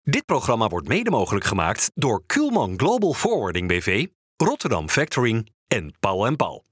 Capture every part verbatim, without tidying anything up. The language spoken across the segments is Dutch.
Dit programma wordt mede mogelijk gemaakt door Kuhlman Global Forwarding B V, Rotterdam Factoring en Paul en Paul.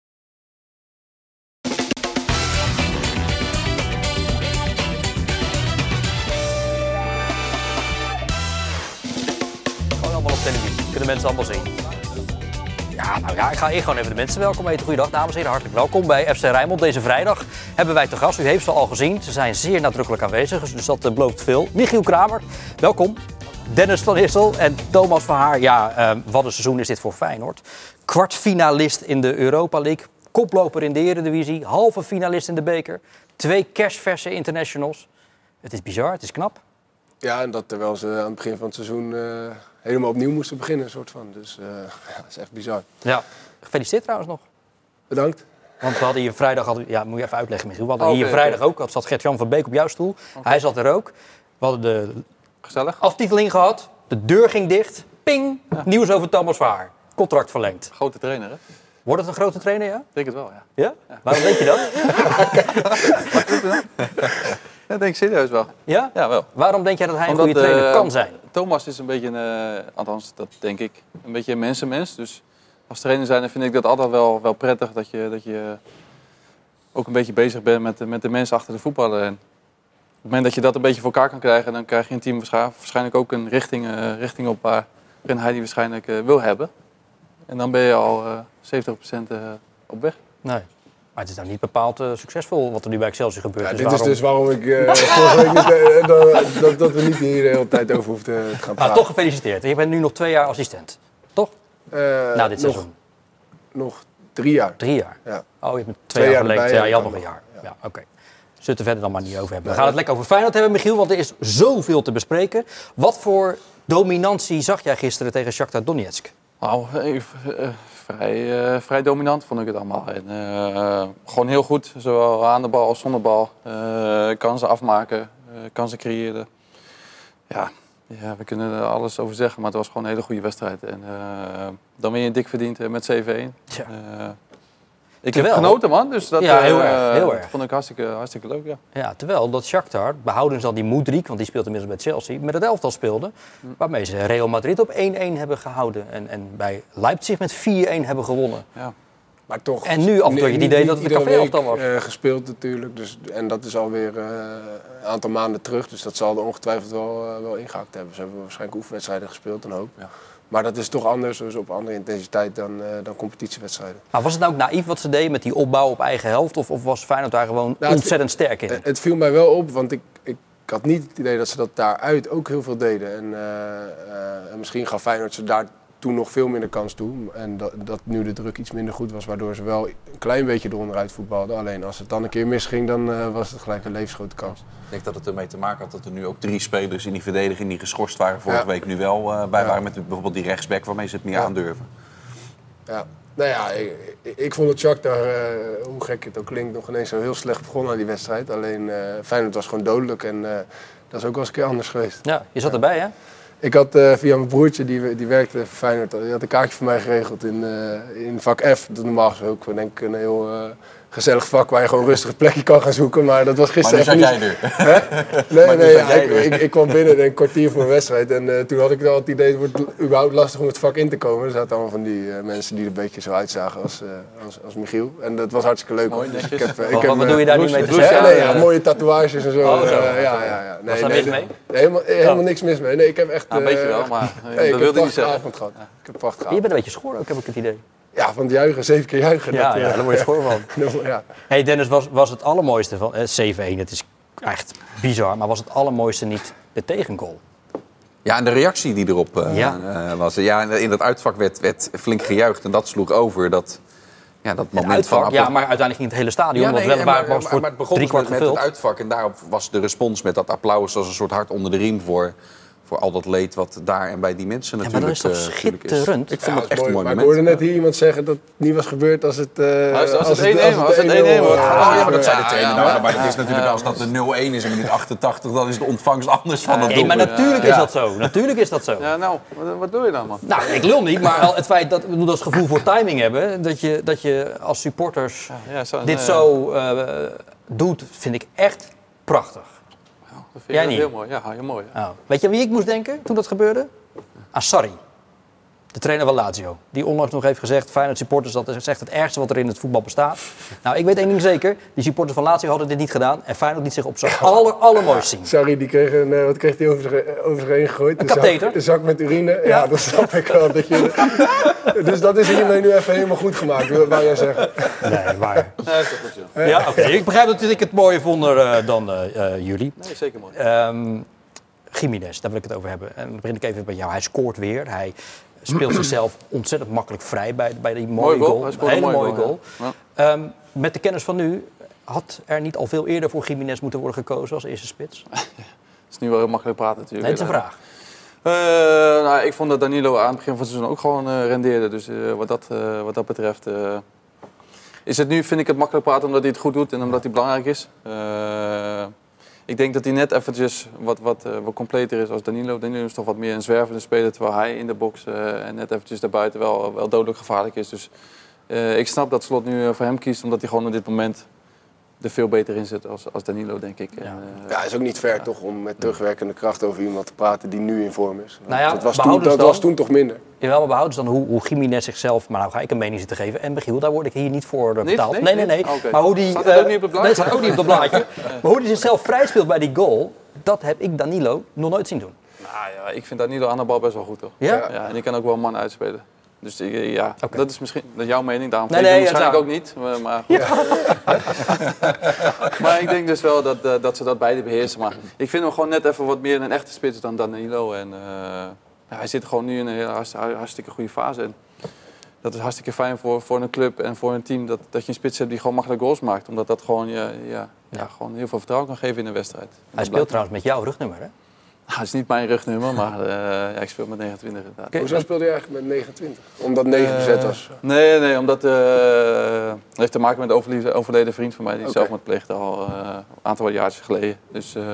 Gewoon allemaal op televisie. Kunnen mensen allemaal zien. Ja, nou ja, ik ga eerst gewoon even de mensen welkom heten. Goeiedag, dames en heren. Hartelijk welkom bij F C Rijnmond. Deze vrijdag hebben wij te gast. U heeft ze al gezien. Ze zijn zeer nadrukkelijk aanwezig, dus dat uh, belooft veel. Michiel Kramer, welkom. Dennis van Issel en Thomas van Haar. Ja, uh, wat een seizoen is dit voor Feyenoord. Kwartfinalist in de Europa League. Koploper in de Eredivisie. Halve finalist in de beker. Twee kerstverse internationals. Het is bizar, het is knap. Ja, en dat terwijl ze aan het begin van het seizoen uh, helemaal opnieuw moesten beginnen, een soort van. Dus uh, ja, dat is echt bizar. Ja, gefeliciteerd trouwens nog. Bedankt. Want we hadden hier vrijdag, hadden, ja, moet je even uitleggen Michiel. We hadden Oh, hier okay, vrijdag okay. ook, dat zat Gert-Jan van Beek op jouw stoel. Okay. Hij zat er ook. We hadden de Gezellig. aftiteling gehad, de deur ging dicht, ping, ja. Nieuws over Thomas van Haar. Contract verlengd. Grote trainer, hè? Wordt het een grote trainer, ja? Ik denk het wel, ja. Ja? Ja. Waarom denk je dat? Dat denk ik serieus wel. Ja? Ja, wel. Waarom denk jij dat hij Omdat, een goede trainer uh, kan zijn? Thomas is een beetje, een, uh, althans dat denk ik, een beetje een mensenmens. Dus als trainer zijn vind ik dat altijd wel, wel prettig. Dat je, dat je ook een beetje bezig bent met, met de mensen achter de voetballer. En op het moment dat je dat een beetje voor elkaar kan krijgen, dan krijg je een team waarschijnlijk ook een richting, uh, richting op waarin hij die waarschijnlijk uh, wil hebben. En dan ben je al uh, zeventig procent uh, op weg. Nee. Maar het is nou niet bepaald uh, succesvol wat er nu bij Excelsior gebeurt. Ja, dus dit waarom... is dus waarom ik uh, vorige week niet, uh, dat, dat, dat we niet hier de hele tijd over hoefden te gaan praten. Maar toch gefeliciteerd. Je bent nu nog twee jaar assistent, toch? Uh, Na dit nog, seizoen. Nog drie jaar. Drie jaar? Ja. Oh, je hebt twee, twee jaar jaar verlengd. erbij, Ja, je had ja, nog een jaar. ja. Ja, oké. Okay. Zullen we het er verder dan maar niet over hebben. We Nee, gaan het lekker over Feyenoord hebben, Michiel, want er is zoveel te bespreken. Wat voor dominantie zag jij gisteren tegen Shakhtar Donetsk? Nou, uh, vrij, uh, vrij dominant vond ik het allemaal. En, uh, gewoon heel goed, zowel aan de bal als zonder bal. Uh, kansen afmaken, uh, kansen creëren. Ja, ja, we kunnen er alles over zeggen, maar het was gewoon een hele goede wedstrijd. En uh, dan ben je dik verdiend uh, met zeven-een. Ja. Uh, ik terwijl, heb genoten, man. Dus dat, ja, heel uh, erg, heel erg. Dat vond ik hartstikke, hartstikke leuk, ja. Ja, terwijl dat Shakhtar, behouden ze al die Mudryk, want die speelt inmiddels bij Chelsea, met het elftal speelde, hm. waarmee ze Real Madrid op één-één hebben gehouden en, en bij Leipzig met vier-één hebben gewonnen. Ja. Maar toch, en nu af en toe het idee dat het een café-elftal was. Uh, gespeeld natuurlijk, dus, en dat is alweer uh, een aantal maanden terug, dus dat zal er ongetwijfeld wel, uh, wel ingehakt hebben. Ze hebben waarschijnlijk oefenwedstrijden gespeeld, een hoop. Ja. Maar dat is toch anders, dus op andere intensiteit dan, uh, dan competitiewedstrijden. Maar was het nou ook naïef wat ze deden met die opbouw op eigen helft? Of, of was Feyenoord daar gewoon nou, ontzettend het, sterk in? Het, het viel mij wel op, want ik, ik had niet het idee dat ze dat daaruit ook heel veel deden. En, uh, uh, en misschien gaf Feyenoord ze daar toen nog veel minder kans toe. En dat, dat nu de druk iets minder goed was, waardoor ze wel een klein beetje eronderuit voetbalden. Alleen als het dan een keer misging, dan uh, was het gelijk een levensgrote kans. Ik denk dat het ermee te maken had dat er nu ook drie spelers in die verdediging die geschorst waren vorige ja. week nu wel uh, bij ja. waren met bijvoorbeeld die rechtsback waarmee ze het niet ja. aandurven. Ja, nou ja, ik, ik vond het Shakhtar, uh, hoe gek het ook klinkt, nog ineens zo heel slecht begonnen aan die wedstrijd. Alleen uh, Feyenoord was gewoon dodelijk en uh, dat is ook wel eens een keer anders geweest. Ja, je zat erbij hè? Ik had uh, via mijn broertje, die, die werkte voor Feyenoord, die had een kaartje voor mij geregeld in, uh, in vak F. Dat normaal gesproken denk ik een heel uh, gezellig vak waar je gewoon rustig een plekje kan gaan zoeken. Maar dat was gisteren maar even niet... Maar jij er? Nee, nee, ja, ik, ik, ik kwam binnen een kwartier voor mijn wedstrijd en uh, toen had ik wel het idee, het wordt überhaupt lastig om het vak in te komen. Er zaten allemaal van die uh, mensen die er een beetje zo uitzagen als, uh, als, als Michiel. En dat was hartstikke leuk. Mooi, dus ik heb, uh, ik wat, heb, wat uh, doe je daar nu mee te zeggen? Ja, nee, ja, mooie tatoeages en zo. Oh, zo. Uh, ja, ja, ja. Nee, was daar nee, niks mee? Nee, helemaal, helemaal niks mis mee. Nee, ik heb echt... Nou, een uh, beetje wel, maar nee, dat wilde ik niet zeggen. avond gehad. Ja. Ik heb een prachtige avond. Je bent een beetje schoor ook, heb ik het idee. Ja, van het juichen, zeven keer juichen. Ja, dat, ja, daar word je schoor van. ja. Hey Dennis, was, was het allermooiste van... Eh, zeven-één, het is echt bizar, maar was het allermooiste niet de tegengoal? Ja, en de reactie die erop uh, ja. uh, was. Ja, in dat uitvak werd, werd flink gejuicht en dat sloeg over. Dat, ja, dat moment uitvak, van... Ja, maar uiteindelijk ging het hele stadion. Ja, nee, wel, maar, waar, maar, was maar, maar het begon dus met, met het uitvak en daarop was de respons met dat applaus als een soort hart onder de riem voor... voor al dat leed wat daar en bij die mensen natuurlijk is. Ja, maar dat is toch schitterend? Ik vond ja, het echt mooi, een mooi maar moment. Ik hoorde net hier iemand zeggen dat het niet was gebeurd als het... Uh, als, als, als het één-één was. Als het één-één was. Ja, maar dat zei de trainer. Ja, ja, maar het is natuurlijk als dat de nul-één is in minuut achtentachtig, dan is de ontvangst anders van het doel. Nee, maar natuurlijk is dat zo. Natuurlijk is dat zo. Ja, nou, wat, wat doe je dan, man? Nou, ik lul niet, maar het feit dat we dat gevoel voor timing hebben, dat je, dat je als supporters ja, ja, zo, dit nee, zo uh, doet, vind ik echt prachtig. vind Jij ik niet? heel mooi. Ja, heel mooi. Ja. Oh. Weet je aan wie ik moest denken toen dat gebeurde? Aan Sarri. De trainer van Lazio. Die onlangs nog heeft gezegd, Feyenoord supporters, dat is echt het ergste wat er in het voetbal bestaat. Nou, ik weet één ding zeker. Die supporters van Lazio hadden dit niet gedaan. En Feyenoord liet zich op zijn aller, allermooist zien. Sorry, die kreeg een, uh, wat kreeg die over zich, over zich heen gegooid? Een katheter. Een zak met urine. Ja, ja, dat snap ik wel. Dat je, dus dat is hiermee nu even helemaal goed gemaakt, wou jij zeggen. Nee, maar... Ja, is toch goed, ja. Ja, oké. Okay. Ik begrijp dat ik het mooier vond uh, dan uh, uh, jullie. Nee, zeker mooi. Um, Gimenez, daar wil ik het over hebben. En dan begin ik even bij jou. Hij scoort weer. Hij speelt zichzelf ontzettend makkelijk vrij bij, bij die mooie Mooi goal. goal. Een hele een mooie goal. goal. Ja. Um, met de kennis van nu, had er niet al veel eerder voor Gimenez moeten worden gekozen als eerste spits? Dat is nu wel heel makkelijk praten natuurlijk. Nee, dat is een vraag. Uh, nou, ik vond dat Danilo aan het begin van het seizoen ook gewoon uh, rendeerde. Dus uh, wat, dat, uh, wat dat betreft uh, is het nu, vind ik het makkelijk praten omdat hij het goed doet en omdat hij belangrijk is. Uh, ik denk dat hij net eventjes wat, wat, uh, wat completer is als Danilo. Danilo is toch wat meer een zwervende speler, terwijl hij in de box uh, en net eventjes daarbuiten wel, wel dodelijk gevaarlijk is. Dus uh, ik snap dat Slot nu uh, voor hem kiest, omdat hij gewoon op dit moment er veel beter in zit als, als Danilo, denk ik. Ja. En, uh, Ja, het is ook niet fair toch om met terugwerkende kracht over iemand te praten die nu in vorm is. Nou ja, dat was, toen, behouden dat dan- was toen toch minder. Jawel, maar behouden ze dan hoe, hoe Gimenez zichzelf... Maar nou ga ik een mening zitten geven. En Michiel, daar word ik hier niet voor uh, Niet? betaald. Nee? Nee, nee, nee. Nee? Oké. Maar hoe die, Staat het uh, ook niet op het blaadje? Nee, het staat ook niet op het blaadje. Maar hoe hij zichzelf vrij bij die goal... Dat heb ik Danilo nog nooit zien doen. Nou ja, ik vind Danilo aan de bal best wel goed, toch? Ja? Ja, en ik kan ook wel een man uitspelen. Dus ik, ja, Oké. dat is misschien dat is jouw mening, daarom Nee, vind ik nee, het waarschijnlijk ja, ook niet. Maar, maar, maar ik denk dus wel dat, uh, dat ze dat beide beheersen. Maar ik vind hem gewoon net even wat meer een echte spits dan Danilo. En, uh, ja, hij zit gewoon nu in een hele hartstikke, hartstikke goede fase. En dat is hartstikke fijn voor, voor een club en voor een team dat, dat je een spits hebt die gewoon makkelijk goals maakt. Omdat dat gewoon, ja, ja, ja, gewoon heel veel vertrouwen kan geven in een wedstrijd. Hij speelt trouwens met jouw rugnummer, hè? Nou, het is niet mijn rugnummer, maar uh, ja, ik speel met negenentwintig inderdaad. Okay. Hoezo speelde je eigenlijk met negenentwintig? Omdat negen bezet was? Uh, nee, nee, omdat het uh, heeft te maken met een overleden, overleden vriend van mij die Okay. zelfmoord pleegde al uh, een aantal jaartjes geleden. Dus uh,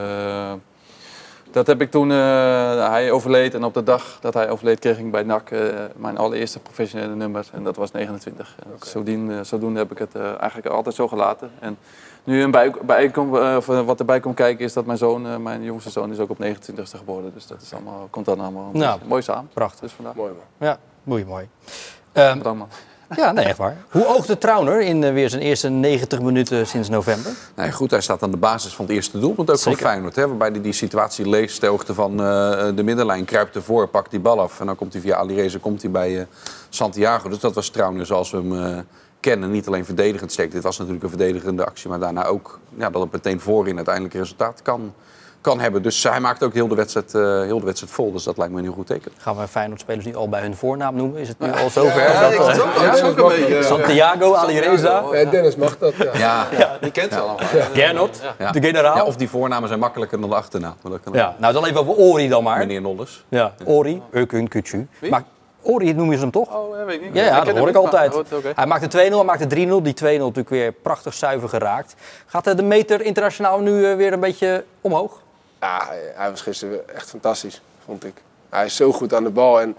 dat heb ik toen, uh, hij overleed en op de dag dat hij overleed kreeg ik bij N A C uh, mijn allereerste professionele nummer en dat was negenentwintig. En okay. zodoende, uh, zodoende heb ik het uh, eigenlijk altijd zo gelaten. En nu een bij, bijkom, uh, wat erbij komt kijken is dat mijn zoon, uh, mijn jongste zoon, is ook op negenentwintigste geboren. Dus dat is allemaal, komt dan allemaal nou, mooi samen. Prachtig. Dus vandaag. Mooi man. Ja, mooi, mooi. Um, Bedankt man. Ja, nee, echt waar. Hoe oogde Trauner in uh, weer zijn eerste negentig minuten sinds november? Nee, goed, hij staat aan de basis van het eerste doelpunt ook Zeker. van Feyenoord. Hè, waarbij hij die situatie leest ter hoogte van uh, de middenlijn. Kruipt ervoor, pakt die bal af. En dan komt hij via Alireza komt hij bij uh, Santiago. Dus dat was Trauner zoals we hem uh, kennen. Niet alleen verdedigend sterk. Dit was natuurlijk een verdedigende actie. Maar daarna ook ja, dat het meteen voorin uiteindelijk resultaat kan, kan hebben. Dus hij maakt ook heel de, wedstrijd, uh, heel de wedstrijd vol. Dus dat lijkt me een heel goed teken. Gaan we Feyenoord-spelers nu al bij hun voornaam noemen? Is het nu al zover? Ja, dat, ik uh, vind het ook, Ja, dat is ook een mag beetje... dat. Santiago, Alireza, Ja, Dennis mag dat. Ja. Ja, Ja, die kent ze allemaal. Gernot, ja. de generaal. Ja, of die voornamen zijn makkelijker dan de achternaam. Maar dat kan Ja, nou dan even over Ori dan maar. Meneer Nolles. Ja, Ori, Ökün Küçü. Maar Ori noemen ze hem toch? Oh, ja, weet ik niet. Ja, ja, ken dat hem hoor ik niet, altijd. maar goed, okay. Hij maakte twee nul, hij maakte drie nul. Die twee nul natuurlijk weer prachtig zuiver geraakt. Gaat de meter internationaal nu uh, weer een beetje omhoog? Ja, hij, hij was gisteren echt fantastisch, vond ik. Hij is zo goed aan de bal. En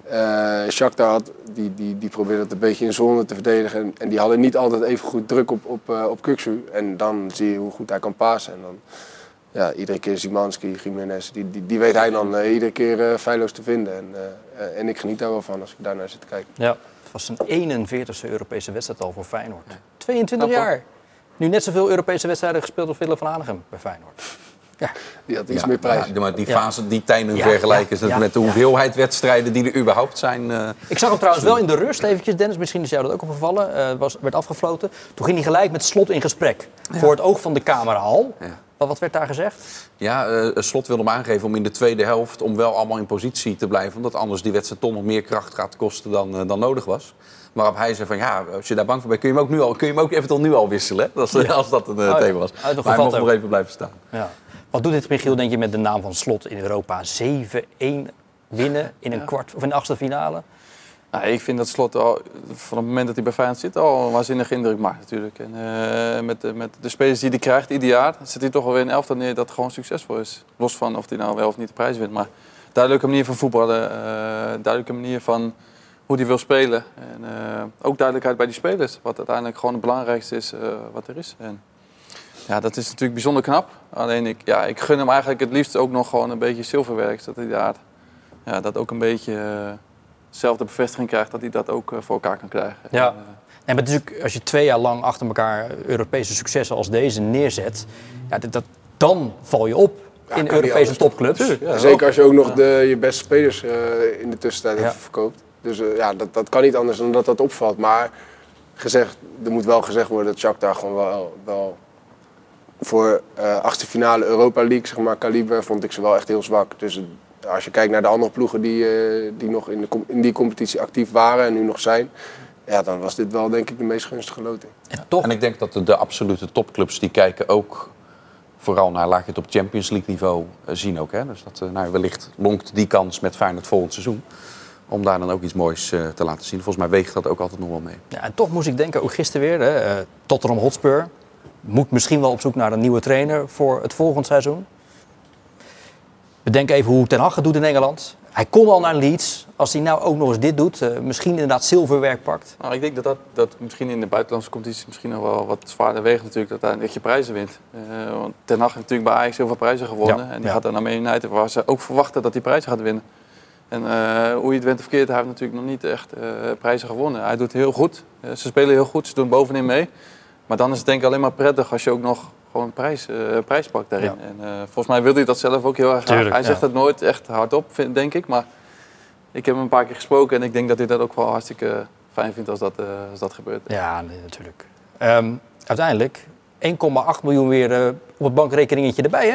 uh, Shakhtar had, die, die, die probeerde het een beetje in zone te verdedigen. En, en die hadden niet altijd even goed druk op, op, uh, op Kukçu. En dan zie je hoe goed hij kan pasen. En dan, ja, iedere keer Szymanski, Gimenez, die, die, die weet hij dan uh, iedere keer uh, feilloos te vinden. En, uh, en ik geniet daar wel van als ik daarnaar zit te kijken. Ja, het was zijn eenenveertigste Europese wedstrijd al voor Feyenoord. tweeëntwintig Knap, jaar. Nu net zoveel Europese wedstrijden gespeeld als Willem van Hanegem bij Feyenoord. Ja. Die had iets Ja, meer prijs. ja, maar die Ja. fase, die tijden Ja, vergelijken ja, ja, met de ja. hoeveelheid wedstrijden die er überhaupt zijn. Uh, Ik zag hem trouwens wel in de rust eventjes, Dennis, misschien is jou dat ook opgevallen, uh, was, werd afgefloten. Toen ging hij gelijk met Slot in gesprek. Ja. Voor het oog van de camerahal. Ja. Wat, wat werd daar gezegd? Ja, uh, Slot wilde hem aangeven om in de tweede helft om wel allemaal in positie te blijven. Omdat anders die wedstrijd toch nog meer kracht gaat kosten dan, uh, dan nodig was. Waarop hij zei van ja, als je daar bang voor bent, kun je hem ook, nu al, kun je hem ook eventueel nu al wisselen. Hè? Als, ja. als dat een uh, oh, ja. thema was. Uit Maar hij mocht nog even blijven staan. Ja. Wat doet dit, Michiel, denk je, met de naam van Slot in Europa? zeven een winnen in een Ja. kwart of in de achtste finale? Nou, ik vind dat Slot al, van het moment dat hij bij Feyenoord zit al een waanzinnige indruk maakt natuurlijk. En uh, met, de, met de spelers die hij krijgt ieder jaar, zit hij toch wel weer een elftal neer dat gewoon succesvol is. Los van of hij nou wel of niet de prijs wint. Maar duidelijke manier van voetballen, uh, duidelijke manier van hoe hij wil spelen. En uh, ook duidelijkheid bij die spelers, wat uiteindelijk gewoon het belangrijkste is uh, wat er is. En Ja, dat is natuurlijk bijzonder knap. Alleen ik, ja, ik gun hem eigenlijk het liefst ook nog gewoon een beetje zilverwerk. Zodat hij daar ja, dat ook een beetje uh, dezelfde bevestiging krijgt dat hij dat ook uh, voor elkaar kan krijgen. Ja. En, uh, En maar natuurlijk, als je twee jaar lang achter elkaar Europese successen als deze neerzet, ja, dat, dat, dan val je op Ja, in kan Europese niet anders. topclubs. Ja, Zeker als je ook nog ja. de, je beste spelers uh, in de tussentijd Ja. even verkoopt. Dus uh, ja, dat, dat kan niet anders dan dat dat opvalt. Maar gezegd, er moet wel gezegd worden dat Shakhtar gewoon wel, wel voor uh, achtste finale Europa League, zeg maar, kaliber, vond ik ze wel echt heel zwak. Dus uh, als je kijkt naar de andere ploegen die, uh, die nog in, de, in die competitie actief waren en nu nog zijn, ja, dan was dit wel denk ik de meest gunstige loting. En toch, En ik denk dat de, de absolute topclubs die kijken ook vooral naar, laat je het op Champions League niveau uh, zien ook. Hè? Dus dat uh, nou, wellicht lonkt die kans met Feyenoord volgend seizoen. Om daar dan ook iets moois uh, te laten zien. Volgens mij weegt dat ook altijd nog wel mee. ja, en toch moest ik denken, ook gisteren weer, hè, uh, Tottenham Hotspur moet misschien wel op zoek naar een nieuwe trainer voor het volgend seizoen. We denken even hoe Ten Hag het doet in Engeland. Hij kon al naar Leeds. Als hij nou ook nog eens dit doet, uh, misschien inderdaad zilverwerk pakt. Nou, ik denk dat, dat dat misschien in de buitenlandse competitie misschien nog wel wat zwaarder weegt natuurlijk, dat, daar, dat je prijzen wint. Uh, want Ten Hag heeft natuurlijk bij Ajax heel veel prijzen gewonnen. Ja, en die ja. gaat dan naar Man United, waar ze ook verwachten dat hij prijzen gaat winnen. En uh, hoe je het went of keert, hij heeft natuurlijk nog niet echt uh, prijzen gewonnen. Hij doet het heel goed. Uh, ze spelen heel goed, ze doen bovenin mee. Maar dan is het denk ik alleen maar prettig als je ook nog gewoon prijs, uh, prijs pakt daarin. Ja. En uh, volgens mij wil hij dat zelf ook heel erg graag. Tuurlijk, Hij zegt ja. dat nooit echt hardop, vind, denk ik. Maar ik heb hem een paar keer gesproken en ik denk dat hij dat ook wel hartstikke fijn vindt als dat, uh, als dat gebeurt. Ja, nee, natuurlijk. Um, uiteindelijk één komma acht miljoen weer uh, op het bankrekeningetje erbij, hè?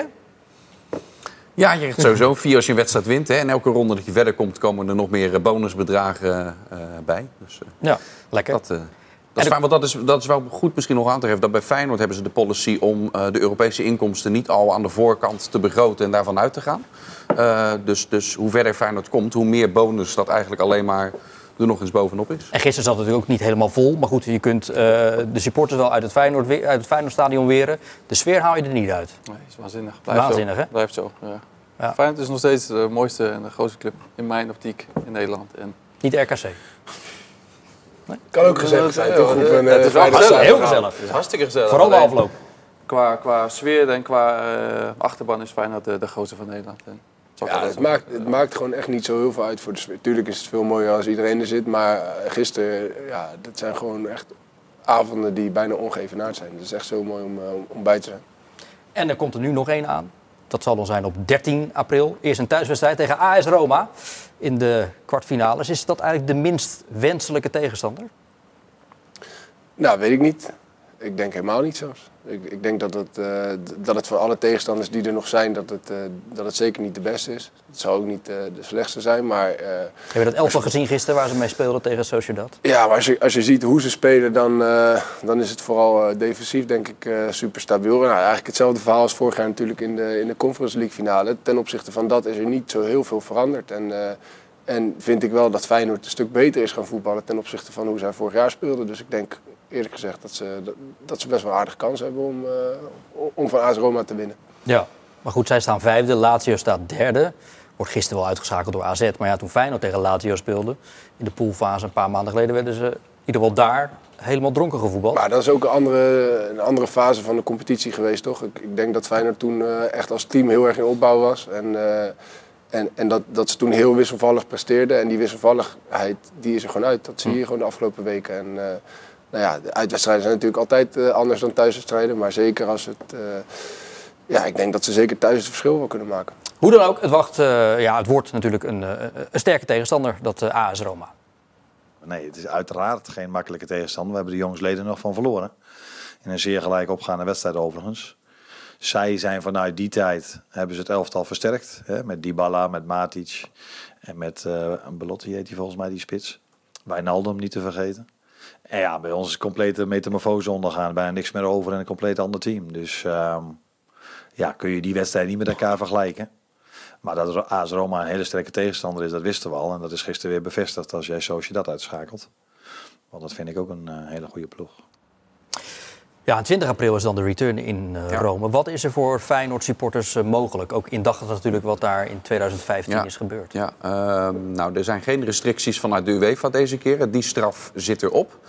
Ja, je krijgt sowieso vier als je een wedstrijd wint. Hè. En elke ronde dat je verder komt, komen er nog meer bonusbedragen uh, bij. Dus uh, Ja, lekker. dat, uh, dat is fijn. Want dat is, dat is wel goed misschien nog aan te geven. Dat bij Feyenoord hebben ze de policy om uh, de Europese inkomsten niet al aan de voorkant te begroten en daarvan uit te gaan. Uh, dus, dus hoe verder Feyenoord komt, hoe meer bonus dat eigenlijk alleen maar er nog eens bovenop is. En gisteren zat het natuurlijk ook niet helemaal vol. Maar goed, je kunt uh, de supporters wel uit het, Feyenoord, uit het Feyenoordstadion weren. De sfeer haal je er niet uit. Nee, is waanzinnig. Blijft Waanzinnig, zo. hè? Blijft zo, ja. Ja. Feyenoord is nog steeds de mooiste en de grootste club in mijn optiek in Nederland. En Niet R K C. Kan ook gezellig zijn, Ja, toch? Op een, het is uh, wel vrijdag- gezellig. Heel gezellig. Het is hartstikke gezellig. Vooral de Alleen afloop. Qua, qua sfeer en qua uh, achterban is Feyenoord de, de grootste van Nederland. En het zal Ja, altijd het zo. maakt, het maakt gewoon echt niet zo heel veel uit voor de sfeer. Tuurlijk is het veel mooier als iedereen er zit, maar uh, gisteren, ja, dat zijn gewoon echt avonden die bijna ongeëvenaard zijn. Het is echt zo mooi om, uh, om bij te zijn. En er komt er nu nog één aan. Dat zal dan zijn op dertien april. Eerst een thuiswedstrijd tegen A S Roma in de kwartfinales. Is dat eigenlijk de minst wenselijke tegenstander? Nou, weet ik niet. Ik denk helemaal niet zelfs. Ik, ik denk dat het, uh, dat het voor alle tegenstanders die er nog zijn, dat het, uh, dat het zeker niet de beste is. Het zou ook niet uh, de slechtste zijn, maar... Uh, Heb je dat elftal gezien gisteren waar ze mee speelden tegen Sociedad? Ja, maar als je, als je ziet hoe ze spelen, dan, uh, dan is het vooral uh, defensief denk ik uh, super stabiel. Nou, eigenlijk hetzelfde verhaal als vorig jaar natuurlijk in de, in de Conference League finale. Ten opzichte van dat is er niet zo heel veel veranderd. En, uh, en vind ik wel dat Feyenoord een stuk beter is gaan voetballen ten opzichte van hoe zij vorig jaar speelden. Dus ik denk eerlijk gezegd dat ze, dat ze best wel een aardige kans hebben om, uh, om van A S Roma te winnen. Ja, maar goed, zij staan vijfde, Lazio staat derde. Wordt gisteren wel uitgeschakeld door A Z. Maar ja, toen Feyenoord tegen Lazio speelde in de poolfase een paar maanden geleden, werden ze in ieder geval daar helemaal dronken gevoetbald. Maar dat is ook een andere, een andere fase van de competitie geweest, toch? Ik, ik denk dat Feyenoord toen uh, echt als team heel erg in opbouw was. En, uh, en, en dat, dat ze toen heel wisselvallig presteerden. En die wisselvalligheid die is er gewoon uit. Dat zie je hm. gewoon de afgelopen weken. En, uh, nou ja, de uitwedstrijden zijn natuurlijk altijd uh, anders dan thuiswedstrijden. Maar zeker als het... Uh, ja, ik denk dat ze zeker thuis het verschil wel kunnen maken. Hoe dan ook, het, wacht, uh, ja, het wordt natuurlijk een, uh, een sterke tegenstander, dat uh, A S Roma. Nee, het is uiteraard geen makkelijke tegenstander. We hebben de jongsleden nog van verloren. In een zeer gelijk opgaande wedstrijd overigens. Zij zijn vanuit die tijd, hebben ze het elftal versterkt. Hè, met Dybala, met Matic en met uh, Belotti heet hij volgens mij, die spits. Wijnaldum niet te vergeten. En ja, bij ons is complete metamorfose ondergaan. Bijna niks meer over en een compleet ander team. Dus uh, ja, kun je die wedstrijd niet met elkaar vergelijken. Maar dat A S Roma een hele sterke tegenstander is, dat wisten we al. En dat is gisteren weer bevestigd als jij Sociedad uitschakelt. Want dat vind ik ook een uh, hele goede ploeg. Ja, twintig april is dan de return in uh, ja. Rome. Wat is er voor Feyenoord supporters uh, mogelijk? Ook in dag natuurlijk wat daar in twintig vijftien ja. is gebeurd. Ja, uh, nou, er zijn geen restricties vanuit de UEFA deze keer. Die straf zit erop.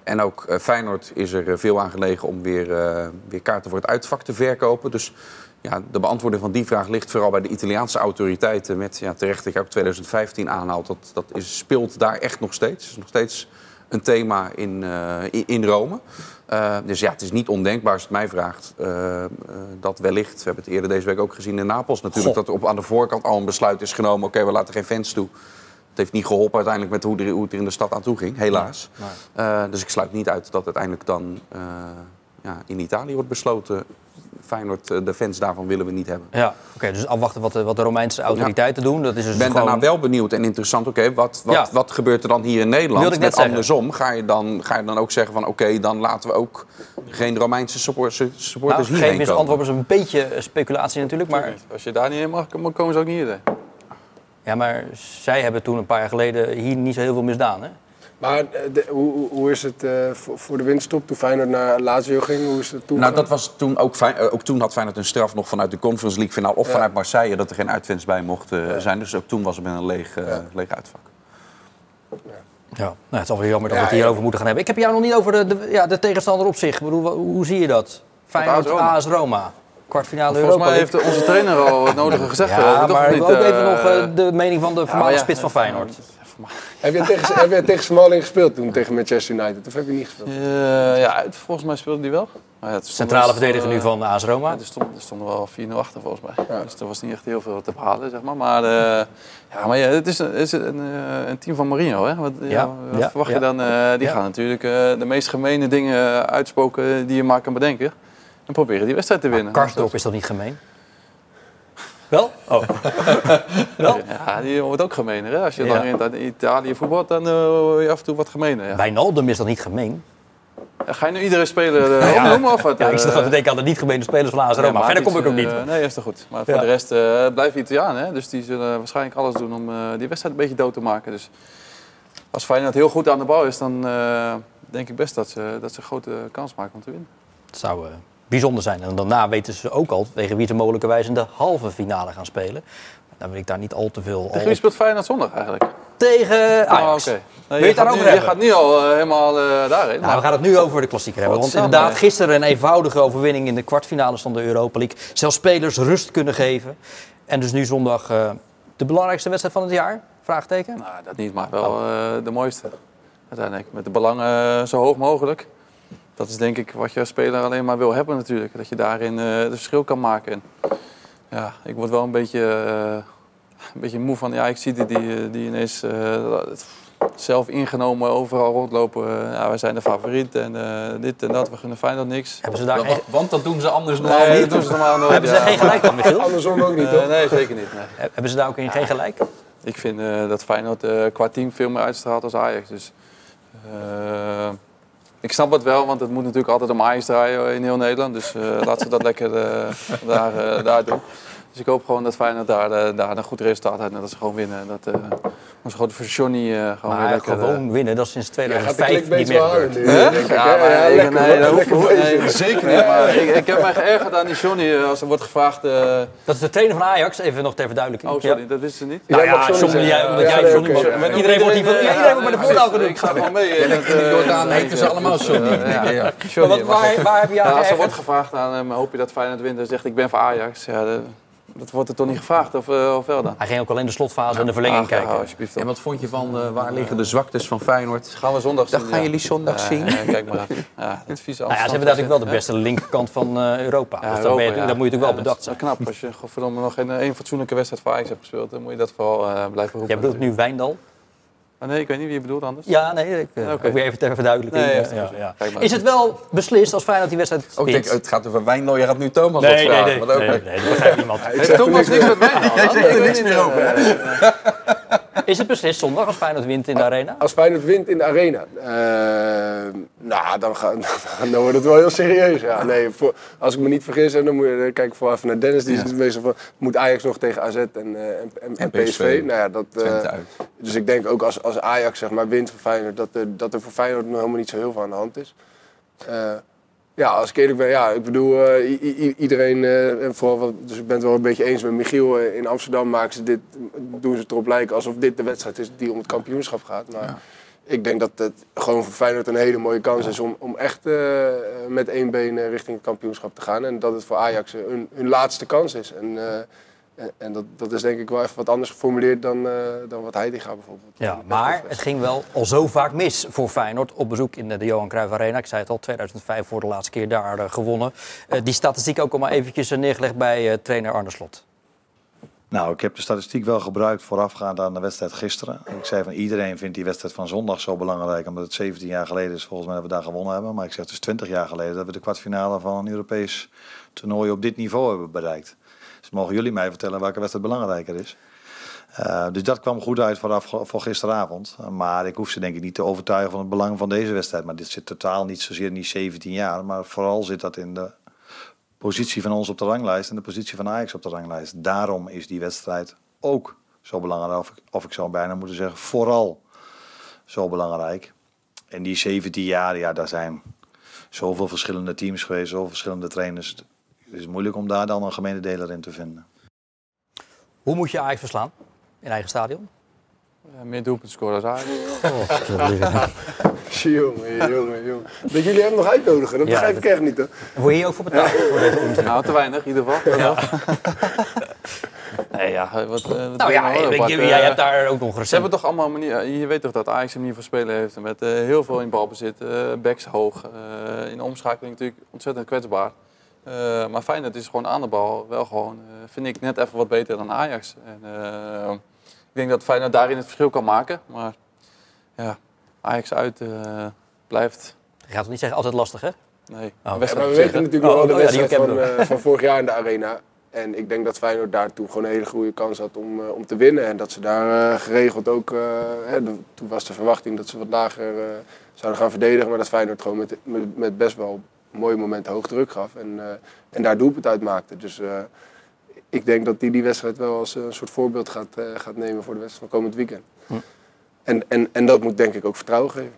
En ook uh, Feyenoord is er uh, veel aan gelegen om weer, uh, weer kaarten voor het uitvak te verkopen. Dus ja, de beantwoording van die vraag ligt vooral bij de Italiaanse autoriteiten. Met ja, terecht dat je ook twintig vijftien aanhaalt. Dat, dat is, speelt daar echt nog steeds. Het is nog steeds een thema in, uh, in Rome. Uh, dus ja, het is niet ondenkbaar als je het mij vraagt. Uh, uh, dat wellicht, we hebben het eerder deze week ook gezien in Napels natuurlijk. Goh. Dat er op, aan de voorkant al een besluit is genomen. Oké, okay, we laten geen fans toe. Het heeft niet geholpen uiteindelijk met hoe, er, hoe het er in de stad aan toe ging, helaas. Nee, nee. Uh, dus ik sluit niet uit dat uiteindelijk dan uh, ja, in Italië wordt besloten. Feyenoord, de fans daarvan willen we niet hebben. Ja, oké, okay, dus afwachten wat de, wat de Romeinse autoriteiten ja. doen. Dat is dus ik ben gewoon... daarna wel benieuwd en interessant. Oké, okay, wat, wat, ja. wat gebeurt er dan hier in Nederland? Wilde ik net Met andersom, ga je, dan, ga je dan ook zeggen van... oké, okay, dan laten we ook geen Romeinse supporters, supporters nou, hierheen komen? Geef antwoord is een beetje speculatie natuurlijk, maar... Als je daar niet heen mag, komen ze ook niet hierheen. Ja, maar zij hebben toen een paar jaar geleden hier niet zo heel veel misdaan, hè? Maar de, hoe, hoe is het uh, voor, voor de winststop toen Feyenoord naar Lazio ging? Hoe is het toen? Nou, dat was toen ook, Fijn, uh, ook toen had Feyenoord een straf nog vanuit de Conference League finale of ja. vanuit Marseille dat er geen uitfans bij mochten uh, ja. zijn. Dus ook toen was het met een leeg, uh, ja. leeg uitvak. Ja, ja. Nou, het is alweer jammer dat we het hierover ja. moeten gaan hebben. Ik heb jou nog niet over de, de, ja, de tegenstander op zich. Ik bedoel, hoe, hoe zie je dat? Feyenoord, A S Roma. Kwartfinale Europa. Volgens mij heeft onze trainer al het nodige gezegd. Ja, uh, maar niet, ook uh, even nog uh, de mening van de voormalige ja, ja. spits van Feyenoord. Heb je tegen, heb je tegen Smalling gespeeld toen, tegen Manchester United? Of heb je niet gespeeld? Uh, ja, volgens mij speelde hij wel. Ja, centrale was, verdediger uh, nu van A S Roma. Ja, er, stond, er stonden wel vier nul achter volgens mij. Ja. Dus er was niet echt heel veel te behalen, zeg maar. Maar, uh, ja, maar ja, het is, een, is een, een team van Mourinho. Hè? Wat, ja. Ja, wat ja, verwacht ja. je dan? Uh, die ja. gaan natuurlijk uh, de meest gemene dingen uitspoken die je maar kan bedenken. En proberen die wedstrijd te winnen. Karsdorp is toch niet gemeen? Wel? Oh. Wel? Ja, die wordt ook gemener. Hè? Als je ja. dan in Italië voetbalt, dan uh, word je af en toe wat gemener. Ja. Wijnaldum is dat niet gemeen? Ja, ga je nu iedere speler uh, ja. opnoemen of wat? Ja, ik zit uh, te denken aan de niet gemene spelers van A S Roma. Ja, verder kom ik ook niet. Uh, nee, is toch goed. Maar voor ja. de rest uh, blijven Italianen. Hè? Dus die zullen waarschijnlijk alles doen om uh, die wedstrijd een beetje dood te maken. Dus als Feyenoord heel goed aan de bal is, dan uh, denk ik best dat ze, dat ze een grote kans maken om te winnen. Het zou... Uh... bijzonder zijn. En daarna weten ze ook al tegen wie ze mogelijkerwijs in de halve finale gaan spelen. Dan wil ik daar niet al te veel... Tegen wie speelt Feyenoord zondag eigenlijk? Tegen Ajax. Oh, okay. nee, wil je het daarover hebben? Je gaat nu al uh, helemaal uh, daarheen. Nou, we gaan het nu over de klassieker hebben. Want inderdaad, gisteren een eenvoudige overwinning in de kwartfinales van de Europa League. Zelfs spelers rust kunnen geven. En dus nu zondag uh, de belangrijkste wedstrijd van het jaar? Vraagteken? Nou, dat niet, maar wel uh, de mooiste. Uiteindelijk. Met de belangen uh, zo hoog mogelijk. Dat is denk ik wat je als speler alleen maar wil hebben natuurlijk. Dat je daarin uh, het verschil kan maken. En, ja, ik word wel een beetje, uh, een beetje moe van ja, ik zie die, die, die ineens uh, zelf ingenomen overal rondlopen. Uh, ja, wij zijn de favoriet en uh, dit en dat, we gunnen Feyenoord niks. Hebben ze daar ja, geen... Want dat doen ze anders normaal nee, niet. Dat doen ze normaal nooit. Hebben ja. ze geen gelijk dan, Michiel? Andersom ook niet, uh, toch? Nee, zeker niet. Nee. Hebben ze daar ook in geen gelijk? Ik vind uh, dat Feyenoord uh, qua team veel meer uitstraalt als Ajax. Dus, uh, ik snap het wel, want het moet natuurlijk altijd om Ajax draaien in heel Nederland. Dus uh, laten ze dat lekker uh, daar, uh, daar doen. Dus ik hoop gewoon dat Feyenoord daar, uh, daar een goed resultaat heeft en dat ze gewoon winnen. Dat uh, onze grote voor Johnny uh, gewoon maar weer lekker... gewoon uh, winnen, dat is sinds tweeduizend vijf ja, niet meer gebeurd. Nu, denk ik, ja, maar ja, ik, lekker, nee, dat lekker hoeft, nee, zeker niet. Maar ik, ik heb mij geërgerd aan die Johnny uh, als er wordt gevraagd... Uh, dat is de trainer van Ajax, even nog ter verduidelijking. Oh, sorry, ja. dat wisten ze niet. Nou ja, Johnny, jij, omdat jij Johnny mag. Iedereen wordt hier bij de voornaam genoemd. Ik ga gewoon mee. In Jordaan heten ze allemaal Johnny. Waar heb je jou Als er wordt gevraagd aan hem, hoop je dat Feyenoord wint en zegt ik ben voor Ajax. Dat wordt er toch niet gevraagd, of, uh, of wel dan? Hij ging ook al in de slotfase en de verlenging Ach, kijken. Ja, alsjeblieft. En wat vond je van uh, waar liggen de zwaktes van Feyenoord? Dat gaan we zondag zien. Dat gaan ja. jullie zondag ja, zien. Ja, kijk maar even. Ja, het vieze nou ja, ze hebben natuurlijk wel de beste linkerkant van uh, Europa. Ja, dus Europa, dat, je, ja. dat moet je natuurlijk ja, wel bedacht zijn. Dat is knap. Als je godverdomme nog geen één fatsoenlijke wedstrijd voor Ajax hebt gespeeld, dan moet je dat vooral uh, blijven roepen. Jij bedoelt nu Wijndal? Oh, nee, ik weet niet wie je bedoelt anders. Ja, nee, ik uh, okay. weer even ter verduidelijking. Nee, ja, ja, ja. Is het wel beslist als Feyenoord die wedstrijd oh, denk, het gaat over Wijndal, je gaat nu Thomas nee, wat vragen. Nee, nee, nee, nee, nee, dat begrijpt niemand. Heeft Thomas niks met Wijndal? Hij zegt er niks meer over. Is het beslist zondag als Feyenoord wint in de arena? Als Feyenoord wint in de arena? Uh, nou, dan, ga, dan wordt het wel heel serieus. Ja, nee, voor, als ik me niet vergis, dan moet je dan kijk ik vooral even naar Dennis. Die ja. is meestal van, moet Ajax nog tegen A Z en, uh, en, en, en P S V. Nou ja, dat, uh, dus ik denk ook als, als Ajax zeg maar, wint voor Feyenoord, dat er, dat er voor Feyenoord nog helemaal niet zo heel veel aan de hand is. Uh, Ja, als ik eerlijk ben, ja, ik bedoel, uh, i- i- iedereen, uh, en vooral, wat, dus ik ben het wel een beetje eens met Michiel, uh, in Amsterdam maken ze dit, doen ze het erop lijken alsof dit de wedstrijd is die om het kampioenschap gaat. Maar ja, ik denk dat het gewoon voor Feyenoord een hele mooie kans is om, om echt uh, met één been uh, richting het kampioenschap te gaan. En dat het voor Ajax hun, hun laatste kans is. En, uh, en dat, dat is denk ik wel even wat anders geformuleerd dan, uh, dan wat Heitinga bijvoorbeeld. Ja, maar het ging wel al zo vaak mis voor Feyenoord op bezoek in de Johan Cruijff Arena. Ik zei het al, tweeduizend vijf voor de laatste keer daar uh, gewonnen. Uh, die statistiek ook al maar eventjes uh, neergelegd bij uh, trainer Arne Slot. Nou, ik heb de statistiek wel gebruikt voorafgaand aan de wedstrijd gisteren. Ik zei van iedereen vindt die wedstrijd van zondag zo belangrijk, omdat het zeventien jaar geleden is volgens mij dat we daar gewonnen hebben. Maar ik zeg, het is twintig jaar geleden dat we de kwartfinale van een Europees toernooi op dit niveau hebben bereikt. Dus mogen jullie mij vertellen welke wedstrijd belangrijker is. Uh, dus dat kwam goed uit vooraf voor gisteravond. Uh, maar ik hoef ze denk ik niet te overtuigen van het belang van deze wedstrijd. Maar dit zit totaal niet zozeer in die zeventien jaar, maar vooral zit dat in de positie van ons op de ranglijst en de positie van Ajax op de ranglijst. Daarom is die wedstrijd ook zo belangrijk, of ik, of ik zou bijna moeten zeggen vooral zo belangrijk. En die zeventien jaar, ja, daar zijn zoveel verschillende teams geweest, zoveel verschillende trainers. Het is moeilijk om daar dan een gemene deler in te vinden. Hoe moet je Ajax verslaan in eigen stadion? Ja, meer doelpunten scoren als Ajax. Oh, jongen, jongen, jongen. Dat jullie hem nog uitnodigen, dat Ja, begrijp dat- ik echt niet. Hè? Word je hier ook voor betaald? Voor deze omzet? Nou, te weinig in ieder geval. Ja. Nee, ja, wat, uh, wat Nou ja, wil je ik- Bart? jij Uh, hebt daar ook nog Ze recent. hebben toch allemaal een manier. Je weet toch dat Ajax een manier van spelen heeft. Met uh, heel veel in balbezit, uh, backs hoog. Uh, in de omschakeling natuurlijk ontzettend kwetsbaar. Uh, maar Feyenoord is gewoon aan de bal wel gewoon, uh, vind ik, net even wat beter dan Ajax. En, uh, ik denk dat Feyenoord daarin het verschil kan maken. Maar ja, Ajax uit uh, blijft. Je gaat het niet zeggen, altijd lastig, hè? Nee, een Ja, wedstrijd maar we op zich, weten hè. natuurlijk Oh, nog wel de oh ja, die wedstrijd kennen van, uh, van vorig jaar in de Arena. En ik denk dat Feyenoord daartoe gewoon een hele goede kans had om, uh, om te winnen. En dat ze daar uh, geregeld ook... Uh, hè, de, toen was de verwachting dat ze wat lager uh, zouden gaan verdedigen. Maar dat Feyenoord gewoon met, met, met best wel mooie momenten hoog druk gaf. En, uh, en daar doelpunt uit maakte. Dus uh, ik denk dat hij die, die wedstrijd wel als een soort voorbeeld gaat, uh, gaat nemen voor de wedstrijd van komend weekend. Hm. En, en, en dat moet denk ik ook vertrouwen geven.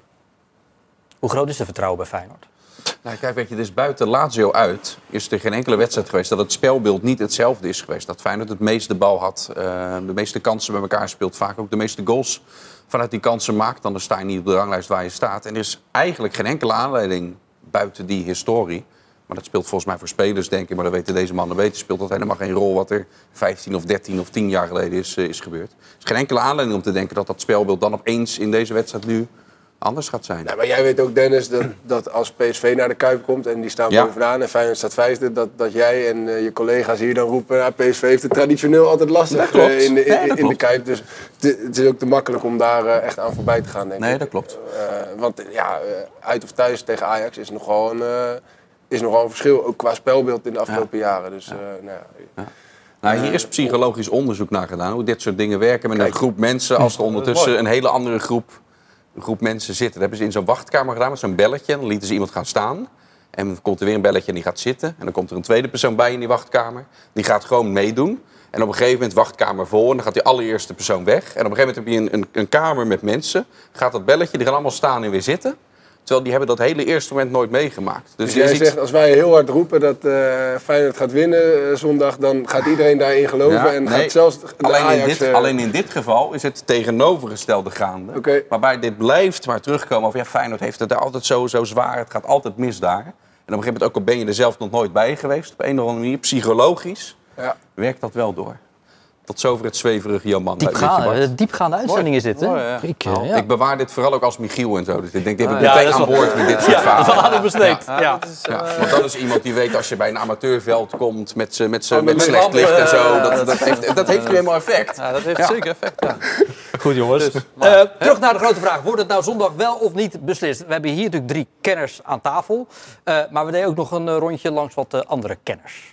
Hoe groot is de vertrouwen bij Feyenoord? Nou, kijk, weet je, dus buiten Lazio uit is er geen enkele wedstrijd geweest dat het spelbeeld niet hetzelfde is geweest. Dat Feyenoord het meeste bal had, uh, de meeste kansen bij elkaar speelt, vaak ook de meeste goals vanuit die kansen maakt. Dan sta je niet op de ranglijst waar je staat. En er is eigenlijk geen enkele aanleiding buiten die historie. Maar dat speelt volgens mij voor spelers, denk ik, maar dat weten deze mannen beter. Speelt dat helemaal geen rol wat er vijftien of dertien of tien jaar geleden is, uh, is gebeurd. Er is geen enkele aanleiding om te denken dat dat spelbeeld dan opeens in deze wedstrijd nu anders gaat zijn. Ja, maar jij weet ook, Dennis, dat, dat als P S V naar de Kuip komt en die staan Ja. bovenaan en Feyenoord staat vijfde, dat, dat jij en uh, je collega's hier dan roepen, ja, P S V heeft het traditioneel altijd lastig Dat klopt. uh, in, de, in, Ja, dat in de klopt. Kuip. Dus het, het is ook te makkelijk om daar uh, echt aan voorbij te gaan, denk Nee, ik. dat klopt. Uh, want ja, uh, uit of thuis tegen Ajax is nogal een, uh, is nogal een verschil, ook qua spelbeeld in de afgelopen jaren. Dus, uh, nou, ja. Nou, hier is psychologisch onderzoek naar gedaan, hoe dit soort dingen werken met een Kijk. groep mensen. Als er ondertussen mooi. een hele andere groep, groep mensen zitten. Dat hebben ze in zo'n wachtkamer gedaan met zo'n belletje. Dan lieten ze iemand gaan staan. En dan komt er weer een belletje en die gaat zitten. En dan komt er een tweede persoon bij in die wachtkamer. Die gaat gewoon meedoen. En op een gegeven moment wachtkamer vol. En dan gaat die allereerste persoon weg. En op een gegeven moment heb je een, een, een kamer met mensen. Gaat dat belletje, die gaan allemaal staan en weer zitten. Terwijl die hebben dat hele eerste moment nooit meegemaakt. Dus, Dus je jij ziet- zegt, als wij heel hard roepen dat uh, Feyenoord gaat winnen uh, zondag, dan gaat iedereen daarin geloven Ja, en nee, gaat zelfs de alleen, Ajax... in dit, uh, alleen in dit geval is het tegenovergestelde gaande. Oké. Waarbij dit blijft maar terugkomen over ja, Feyenoord heeft het altijd zo, zo zwaar. Het gaat altijd mis daar. En op een gegeven moment, ook al ben je er zelf nog nooit bij geweest, op een of andere manier, psychologisch, ja. werkt dat wel door. Tot zover het zweverige Jan-Man. Diepgaande, diepgaande uitzending is dit, hè? Mooi, ja. Ik, uh, Nou, ja. Ik bewaar dit vooral ook als Michiel en zo. Dus ik denk, dit heb ik Ja, meteen dat is aan wel- boord met dit soort Ja, dat is wel verhalen. aan besteed. Ja. Ja, want dat is iemand die weet als je bij een amateurveld komt met, z'n- met, z'n- met met slecht lampen, licht en zo. eh, Dat, dat, heeft, dat heeft nu helemaal effect. Ja, dat heeft Ja. zeker effect. Ja. Goed, jongens. Dus, maar, Eh, terug naar de grote vraag. Wordt het nou zondag wel of niet beslist? We hebben hier natuurlijk drie kenners aan tafel. Uh, maar we deden ook nog een uh, rondje langs wat uh, andere kenners.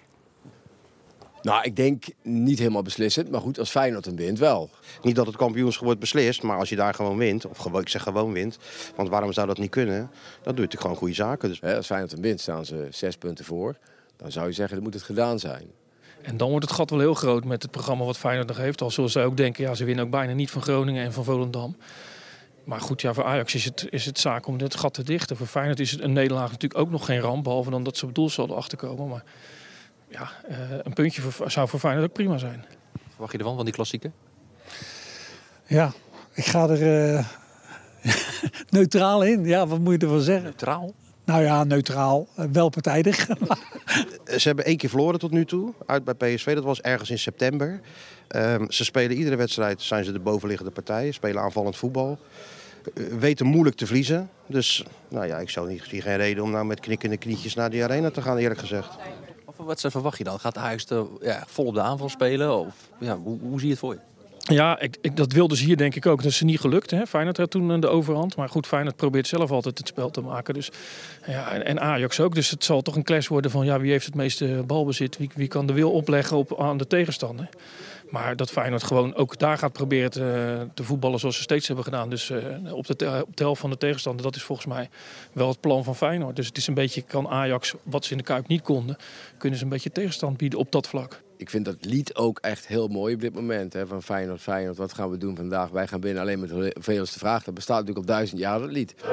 Nou, ik denk niet helemaal beslissend. Maar goed, als Feyenoord hem wint, wel. Niet dat het kampioenschap wordt beslist, maar als je daar gewoon wint, of gewoon, ik zeg gewoon wint, want waarom zou dat niet kunnen? Dan doe je natuurlijk gewoon goede zaken. Dus Hè, als Feyenoord hem wint, staan ze zes punten voor. Dan zou je zeggen, dan moet het gedaan zijn. En dan wordt het gat wel heel groot met het programma wat Feyenoord nog heeft. Al zullen zij ook denken, ja, ze winnen ook bijna niet van Groningen en van Volendam. Maar goed, ja, voor Ajax is het, is het zaak om dit gat te dichten. Voor Feyenoord is het een nederlaag natuurlijk ook nog geen ramp, behalve dan dat ze op doel zullen achterkomen. Maar ja, uh, een puntje voor, zou voor Feyenoord ook prima zijn. Verwacht je ervan, van die klassieker? Ja, ik ga er... Uh... neutraal in. Ja, wat moet je ervan zeggen? Neutraal? Nou ja, neutraal. Uh, wel partijdig. Ze hebben één keer verloren tot nu toe. Uit bij P S V. Dat was ergens in september. Um, ze spelen iedere wedstrijd, zijn ze de bovenliggende partij. Spelen aanvallend voetbal. Uh, weten moeilijk te verliezen. Dus nou ja, ik zou niet, zie geen reden om nou met knikkende knietjes naar die arena te gaan, eerlijk gezegd. Wat voor wedstrijd verwacht je dan? Gaat Ajax de, ja, vol op de aanval spelen? Of, ja, hoe, hoe zie je het voor je? Ja, ik, ik, dat wilden ze hier denk ik ook. Dat is niet gelukt. Hè? Feyenoord had toen de overhand. Maar goed, Feyenoord probeert zelf altijd het spel te maken. Dus, ja, en, en Ajax ook. Dus het zal toch een clash worden van ja, wie heeft het meeste balbezit? Wie, wie kan de wil opleggen op, aan de tegenstander? Maar dat Feyenoord gewoon ook daar gaat proberen te, te voetballen zoals ze steeds hebben gedaan. Dus uh, op, de, op de helft van de tegenstander, dat is volgens mij wel het plan van Feyenoord. Dus het is een beetje, kan Ajax, wat ze in de Kuip niet konden, kunnen ze een beetje tegenstand bieden op dat vlak. Ik vind dat lied ook echt heel mooi op dit moment. Hè, van Feyenoord, Feyenoord, wat gaan we doen vandaag? Wij gaan binnen alleen met de veelste vraag. Dat bestaat natuurlijk al duizend jaar, dat lied.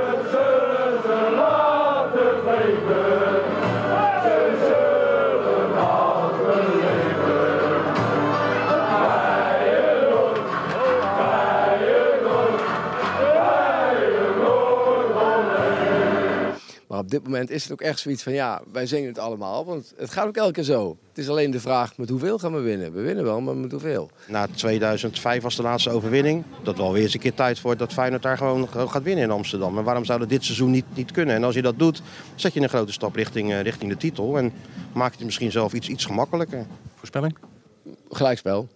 Maar op dit moment is het ook echt zoiets van, ja, wij zingen het allemaal. Want het gaat ook elke keer zo. Het is alleen de vraag, met hoeveel gaan we winnen? We winnen wel, maar met hoeveel? Na tweeduizend vijf was de laatste overwinning. Dat wel weer eens een keer tijd voor dat Feyenoord daar gewoon gaat winnen in Amsterdam. Maar waarom zou dat dit seizoen niet, niet kunnen? En als je dat doet, zet je een grote stap richting, uh, richting de titel. En maak je het misschien zelf iets, iets gemakkelijker. Voorspelling? Gelijkspel.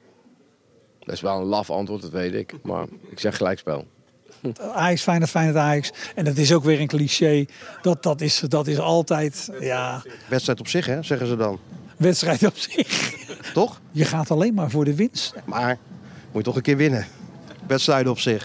Dat is wel een laf antwoord, dat weet ik. Maar ik zeg gelijkspel. Ajax, Feyenoord, Feyenoord, Ajax. En dat is ook weer een cliché. Dat, dat, is, dat is altijd, ja... Wedstrijd op zich, hè, zeggen ze dan. Wedstrijd op zich. Toch? Je gaat alleen maar voor de winst. Maar moet je toch een keer winnen. Wedstrijden op zich.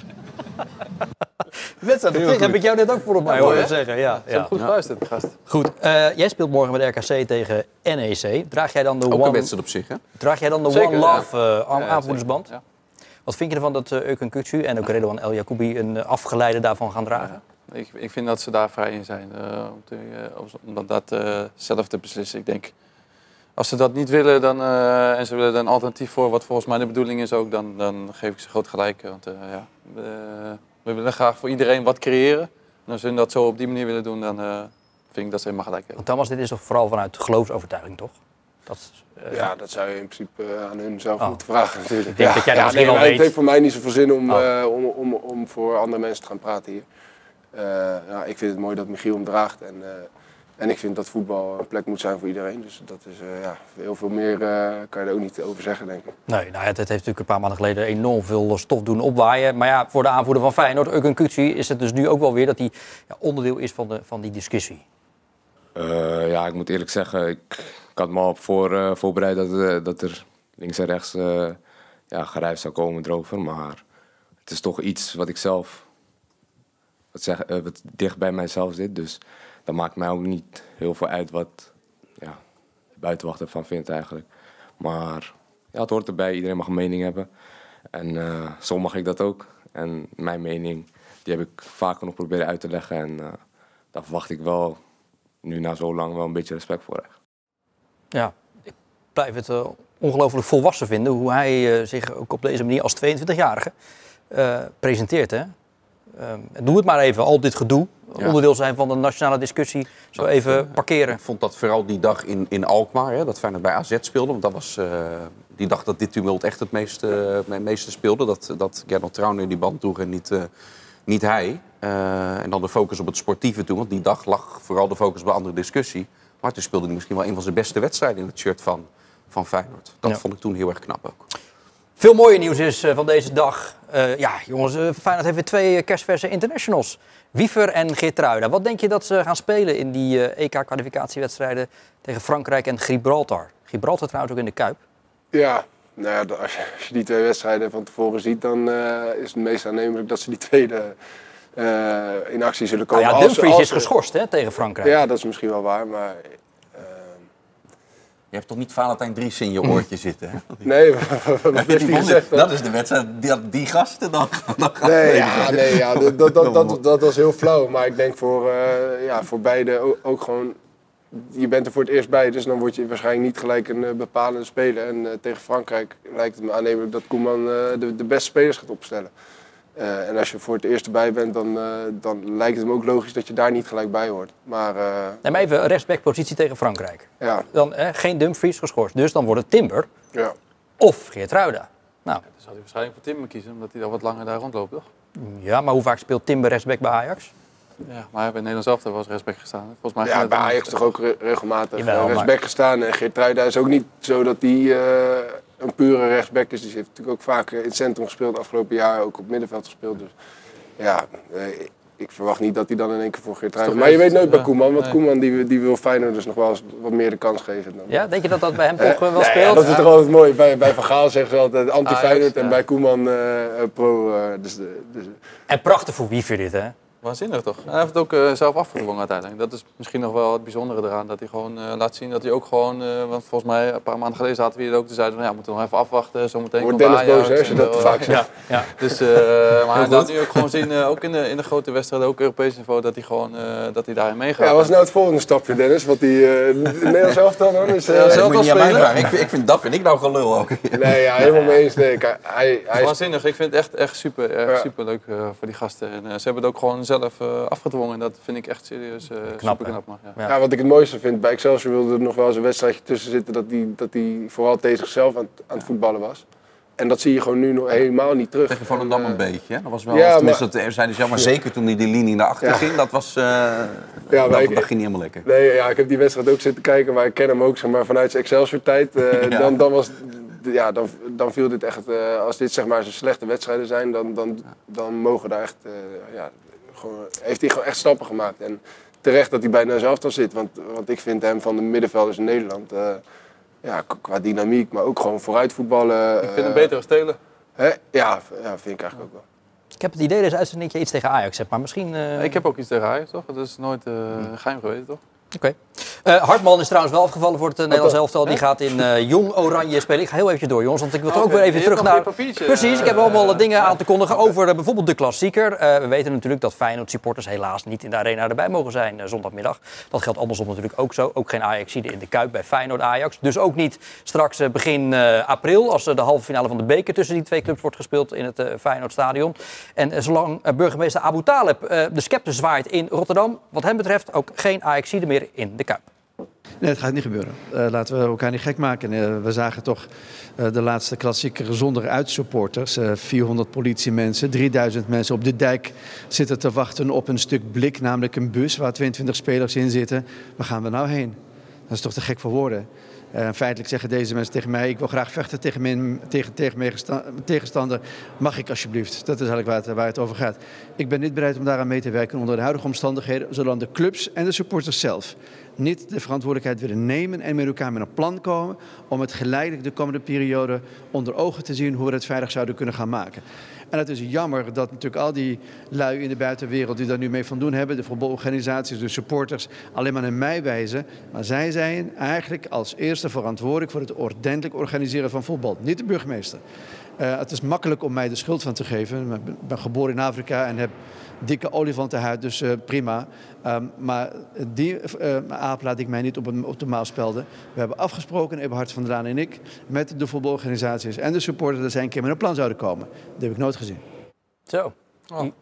Wedstrijd op zich heb ik jou net ook voor op mij horen zeggen. Ja, ja. ja. Goed geluisterd, gast. Goed, uh, jij speelt morgen met R K C tegen N E C. Draag jij dan de Ook one... een wedstrijd op zich, hè? Draag jij dan de Zeker, One Love ja. uh, Ja, aanvoerdersband? Ja. Wat vind je ervan dat uh, Ökün Kutsu en ook Redouan El Yacoubi een uh, afgeleide daarvan gaan dragen? Ja. Ik, ik vind dat ze daar vrij in zijn. Uh, om, te, uh, om dat uh, zelf te beslissen. Ik denk, als ze dat niet willen dan, uh, en ze willen er een alternatief voor, wat volgens mij de bedoeling is ook, dan, dan geef ik ze groot gelijk. Want uh, ja, uh, we willen graag voor iedereen wat creëren. En als ze dat zo op die manier willen doen, dan uh, vind ik dat ze helemaal gelijk hebben. Thomas, dit is toch vooral vanuit geloofsovertuiging, toch? Dat, uh, ja, dat zou je in principe uh, aan hun zelf oh. moeten vragen natuurlijk. Ik denk ja, dat jij dat ja, misschien nee, wel weet. weet. Het heeft voor mij niet zoveel zin om, oh. uh, om, om, om voor andere mensen te gaan praten hier. Uh, ja, ik vind het mooi dat Michiel hem draagt. En, uh, en ik vind dat voetbal een plek moet zijn voor iedereen. Dus dat is, uh, ja, heel veel meer uh, kan je er ook niet over zeggen, denk ik. Nee, nou ja, het heeft natuurlijk een paar maanden geleden enorm veel stof doen opwaaien. Maar ja, voor de aanvoerder van Feyenoord, Ökün Kutsu, is het dus nu ook wel weer dat hij ja, onderdeel is van, de, van die discussie. Uh, ja, ik moet eerlijk zeggen, ik, ik had me al op voor, uh, voorbereid dat, uh, dat er links en rechts uh, ja, geruis zou komen erover. Maar het is toch iets wat ik zelf, wat, zeg, uh, wat dicht bij mijzelf zit. Dus dat maakt mij ook niet heel veel uit wat ja, de buitenwacht ervan vindt eigenlijk. Maar ja, het hoort erbij, iedereen mag een mening hebben. En uh, zo mag ik dat ook. En mijn mening, die heb ik vaker nog proberen uit te leggen. En uh, daar verwacht ik wel nu na zo lang wel een beetje respect voor echt. Ja, ik blijf het uh, ongelooflijk volwassen vinden hoe hij uh, zich ook op deze manier als tweeëntwintigjarige uh, presenteert. Hè? Uh, doe het maar even, al dit gedoe, ja. onderdeel zijn van de nationale discussie, zo dat, even uh, parkeren. Ik vond dat vooral die dag in, in Alkmaar, hè, dat Feyenoord bij A Z speelde. Want dat was uh, die dag dat dit tumult echt het meeste, uh, meeste speelde. Dat, dat Gernot Trauner die band droeg en niet, uh, niet hij. Uh, en dan de focus op het sportieve toen. Want die dag lag vooral de focus bij andere discussie. Maar toen speelde hij misschien wel een van zijn beste wedstrijden in het shirt van, van Feyenoord. Dat ja. vond ik toen heel erg knap ook. Veel mooie nieuws is uh, van deze dag. Uh, ja, jongens, uh, Feyenoord heeft weer twee uh, kerstverse internationals. Wiever en Geertruida. Wat denk je dat ze gaan spelen in die uh, E K-kwalificatiewedstrijden tegen Frankrijk en Gibraltar? Gibraltar trouwens ook in de Kuip. Ja, nou ja, als je, als je die twee wedstrijden van tevoren ziet, dan uh, is het meest aannemelijk dat ze die tweede uh, in actie zullen komen. Nou ja, Dumfries als, als, is geschorst hè, tegen Frankrijk. Ja, dat is misschien wel waar, maar... Je hebt toch niet Valentijn Dries in je oortje zitten, hè? Nee, wat heeft hij gezegd? Dat is de wedstrijd, die, die gasten dan, dan gaan nee, ja, nee, ja, dat, dat, dat, dat, dat was heel flauw. Maar ik denk voor, uh, ja, voor beide ook, ook gewoon... Je bent er voor het eerst bij, dus dan word je waarschijnlijk niet gelijk een uh, bepalende speler. En uh, tegen Frankrijk lijkt het me aannemelijk dat Koeman uh, de, de beste spelers gaat opstellen. Uh, en als je voor het eerst erbij bent, dan, uh, dan lijkt het me ook logisch dat je daar niet gelijk bij hoort. Maar, uh, nee, maar even rechtsbackpositie tegen Frankrijk. Ja. Dan eh, geen Dumfries geschorst. Dus dan wordt het Timber ja. of Geertruida. Nou. Ja, dan zou hij waarschijnlijk voor Timber kiezen, omdat hij al wat langer daar rondloopt, toch? Ja, maar hoe vaak speelt Timber rechtsback bij Ajax? Ja, maar bij Nederland zelf was rechtsback gestaan. Volgens mij ja, bij Ajax toch ook re- regelmatig Jawel, rechtsback maar... gestaan. En Geertruida is ook niet zo dat hij uh, een pure rechtsback is. Die heeft natuurlijk ook vaak in het centrum gespeeld afgelopen jaar. Ook op middenveld gespeeld. Dus ja, uh, ik, ik verwacht niet dat hij dan in één keer voor Geertruida... Maar je weet nooit bij Koeman, want nee. Koeman die, die wil Feyenoord dus nog wel eens wat meer de kans geven. Dan. Ja, denk je dat dat bij hem toch uh, wel nee, speelt? Ja, dat is toch altijd mooi. Bij, bij Van Gaal zeggen ze altijd anti-Feyenoord ah, en ja. bij Koeman uh, pro. Uh, dus, dus... En prachtig voor wie vindt dit, hè? Waanzinnig toch? Hij heeft het ook uh, zelf afgedwongen uiteindelijk. Dat is misschien nog wel het bijzondere eraan. Dat hij gewoon uh, laat zien dat hij ook gewoon... Uh, want volgens mij een paar maanden geleden zaten we hier ook te zeiden van ja, we moeten nog even afwachten. Zometeen wordt Dennis boos hè, als je dat uh, vaak zegt. Ja, ja. Dus, uh, maar hij laat nu ook gewoon zien, uh, ook in de, in de grote wedstrijden, ook Europees niveau, dat hij gewoon uh, dat hij daarin meegaat. Ja, wat is nou het volgende stapje Dennis? Wat die uh, Nederlands elftal dan is... Uh, ja, dat moet je aan mij vragen. Ik, ik vind, dat vind ik nou gelul ook. Nee, ja, helemaal mee eens. Nee, hij, hij, hij waanzinnig. Ik vind het echt, echt super, echt ja. super leuk uh, voor die gasten. En uh, ze hebben het ook gewoon zelf uh, afgedwongen. En dat vind ik echt serieus uh, knap, super knap. Maar, ja. Ja. Ja, wat ik het mooiste vind, bij Excelsior wilde er nog wel eens een wedstrijdje tussen zitten dat hij dat die vooral tegen zichzelf aan, aan het voetballen was. En dat zie je gewoon nu nog helemaal niet terug. Tegen Volendam een beetje, hè? Dat was wel, ja, tenminste, dat zei hij zelf, maar zeker toen hij die linie naar achter ja. ging, dat was, uh, ja, dat, dat ging niet helemaal lekker. Nee, ja, ik heb die wedstrijd ook zitten kijken, maar ik ken hem ook zeg maar, vanuit zijn Excelsior-tijd. Uh, ja. dan, dan, was, ja, dan, dan viel dit echt, uh, als dit zeg maar zijn slechte wedstrijden zijn, dan, dan, dan mogen daar echt, uh, ja, gewoon, heeft hij gewoon echt stappen gemaakt. En terecht dat hij bijna zelf dan zit, want, want ik vind hem van de middenvelders in Nederland... Uh, Ja, qua dynamiek, maar ook gewoon vooruit voetballen. Ik vind hem uh, beter als Stelen. Hè? Ja, ja, vind ik eigenlijk ook wel. Ik heb het idee dat deze uitzending iets tegen Ajax hebt, maar misschien... Uh... Ik heb ook iets tegen Ajax, toch? Dat is nooit uh, geheim geweest, toch? Oké. Okay. Uh, Hartman is trouwens wel afgevallen voor het uh, Nederlands elftal. Die gaat in uh, Jong Oranje spelen. Ik ga heel even door, jongens, want ik wil okay. toch ook weer even terug naar... Precies, ik heb allemaal uh, dingen aan te kondigen over uh, bijvoorbeeld de klassieker. Uh, we weten natuurlijk dat Feyenoord supporters helaas niet in de arena erbij mogen zijn uh, zondagmiddag. Dat geldt andersom natuurlijk ook zo. Ook geen Ajaxide in de Kuip bij Feyenoord-Ajax. Dus ook niet straks uh, begin uh, april, als uh, de halve finale van de beker tussen die twee clubs wordt gespeeld in het uh, Feyenoordstadion. En uh, zolang uh, burgemeester Abu Taleb uh, de scepter zwaait in Rotterdam, wat hem betreft ook geen Ajaxide meer in de Kuip. Nee, het gaat niet gebeuren. Uh, laten we elkaar niet gek maken. Uh, we zagen toch uh, de laatste klassieker zonder uitsupporters. Uh, vierhonderd politiemensen, drieduizend mensen op de dijk zitten te wachten op een stuk blik. Namelijk een bus waar tweeëntwintig spelers in zitten. Waar gaan we nou heen? Dat is toch te gek voor woorden. Uh, feitelijk zeggen deze mensen tegen mij, ik wil graag vechten tegen mijn tegen, tegen mijn tegenstander. Mag ik alsjeblieft? Dat is eigenlijk waar het, waar het over gaat. Ik ben niet bereid om daaraan mee te werken onder de huidige omstandigheden, zolang de clubs en de supporters zelf niet de verantwoordelijkheid willen nemen en met elkaar met een plan komen om het geleidelijk de komende periode onder ogen te zien hoe we het veilig zouden kunnen gaan maken. En het is jammer dat natuurlijk al die lui in de buitenwereld die daar nu mee van doen hebben, de voetbalorganisaties, de supporters, alleen maar naar mij wijzen. Maar zij zijn eigenlijk als eerste verantwoordelijk voor het ordentelijk organiseren van voetbal, niet de burgemeester. Uh, het is makkelijk om mij de schuld van te geven. Ik ben geboren in Afrika en heb dikke olifantenhuid, dus uh, prima. Um, maar die uh, aap laat ik mij niet op, een, op de mouw spelden. We hebben afgesproken, Eberhard van der Laan en ik, met de voetbalorganisaties en de supporters dat zij een keer met een plan zouden komen. Dat heb ik nooit gezien. Zo. Oh. Dat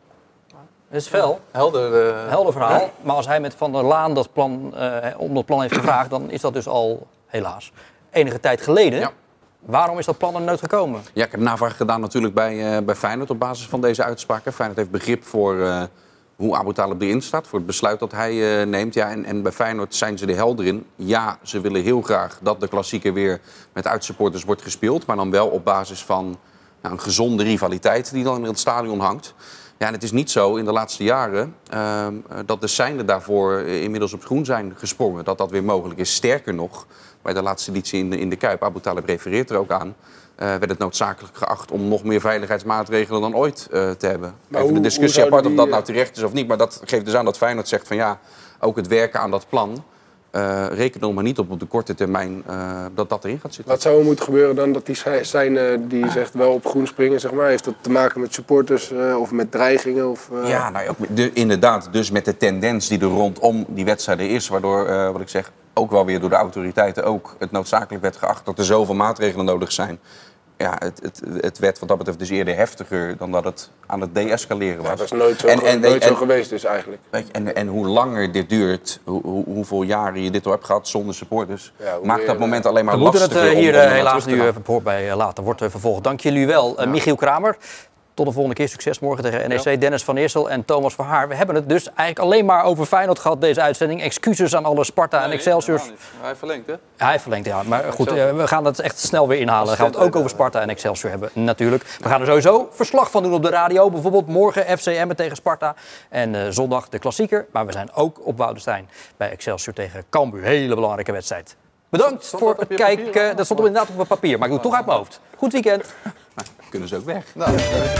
is fel. Helder, uh... Helder verhaal. Ja. Maar als hij met Van der Laan dat plan, uh, om dat plan heeft gevraagd, dan is dat dus al, helaas, enige tijd geleden. Ja. Waarom is dat plan er nooit gekomen? Ja, ik heb navraag gedaan natuurlijk bij, uh, bij Feyenoord op basis van deze uitspraken. Feyenoord heeft begrip voor uh, hoe Abu Taleb erin staat, voor het besluit dat hij uh, neemt. Ja, en, en bij Feyenoord zijn ze er helder in. Ja, ze willen heel graag dat de klassieker weer met uitsupporters wordt gespeeld. Maar dan wel op basis van nou, een gezonde rivaliteit die dan in het stadion hangt. Ja, en het is niet zo in de laatste jaren uh, dat de seinen daarvoor inmiddels op groen zijn gesprongen. Dat dat weer mogelijk is. Sterker nog, bij de laatste editie in de, in de Kuip, Abu Taleb refereert er ook aan, uh, werd het noodzakelijk geacht om nog meer veiligheidsmaatregelen dan ooit uh, te hebben. Maar even hoe, de discussie apart die, of dat nou terecht is of niet. Maar dat geeft dus aan dat Feyenoord zegt van ja, ook het werken aan dat plan, Uh, reken er maar niet op op de korte termijn uh, dat dat erin gaat zitten. Wat zou er moeten gebeuren dan dat die zijn uh, die zegt wel op groen springen, zeg maar? Heeft dat te maken met supporters uh, of met dreigingen? Of, uh... Ja, nou, ook de, inderdaad. Dus met de tendens die er rondom die wedstrijden is, waardoor, uh, wat ik zeg, ook wel weer door de autoriteiten ook het noodzakelijk werd geacht dat er zoveel maatregelen nodig zijn. ja, het, het, het werd wat dat betreft dus eerder heftiger dan dat het aan het de-escaleren was. Ja, dat is nooit zo, en, ge- en, nooit en, zo geweest dus eigenlijk. Weet je, en, en hoe langer dit duurt, hoe, hoe, hoeveel jaren je dit al hebt gehad zonder supporters, Ja, hoe maakt meer, dat moment alleen maar We moeten lastiger. het uh, hier om, om uh, er helaas terug te nu gaan. even voor bij uh, later wordt uh, vervolgd. Dank jullie wel. Uh, Michiel Kramer. Tot de volgende keer. Succes morgen tegen N E C. Ja. Dennis van Eersel en Thomas Verhaar. We hebben het dus eigenlijk alleen maar over Feyenoord gehad, deze uitzending. Excuses aan alle Sparta nee, en Excelsiors. Hij verlengt, hè? Hij verlengt, ja. Maar goed, uh, we gaan het echt snel weer inhalen. Dan gaan we het ook over Sparta en Excelsior hebben, natuurlijk. We gaan er sowieso verslag van doen op de radio. Bijvoorbeeld morgen F C Emmen tegen Sparta. En uh, zondag de klassieker. Maar we zijn ook op Woudenstein bij Excelsior tegen Cambuur. Hele belangrijke wedstrijd. Bedankt stond voor het kijken. Papier, dat stond inderdaad op mijn papier, maar ik doe het toch uit mijn hoofd. Goed weekend. Nou, kunnen ze ook weg. Nou,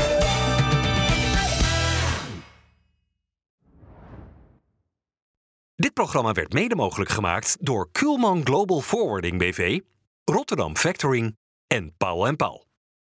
Dit programma werd mede mogelijk gemaakt door Kuhlman Global Forwarding B V, Rotterdam Factoring en Paul en Paul.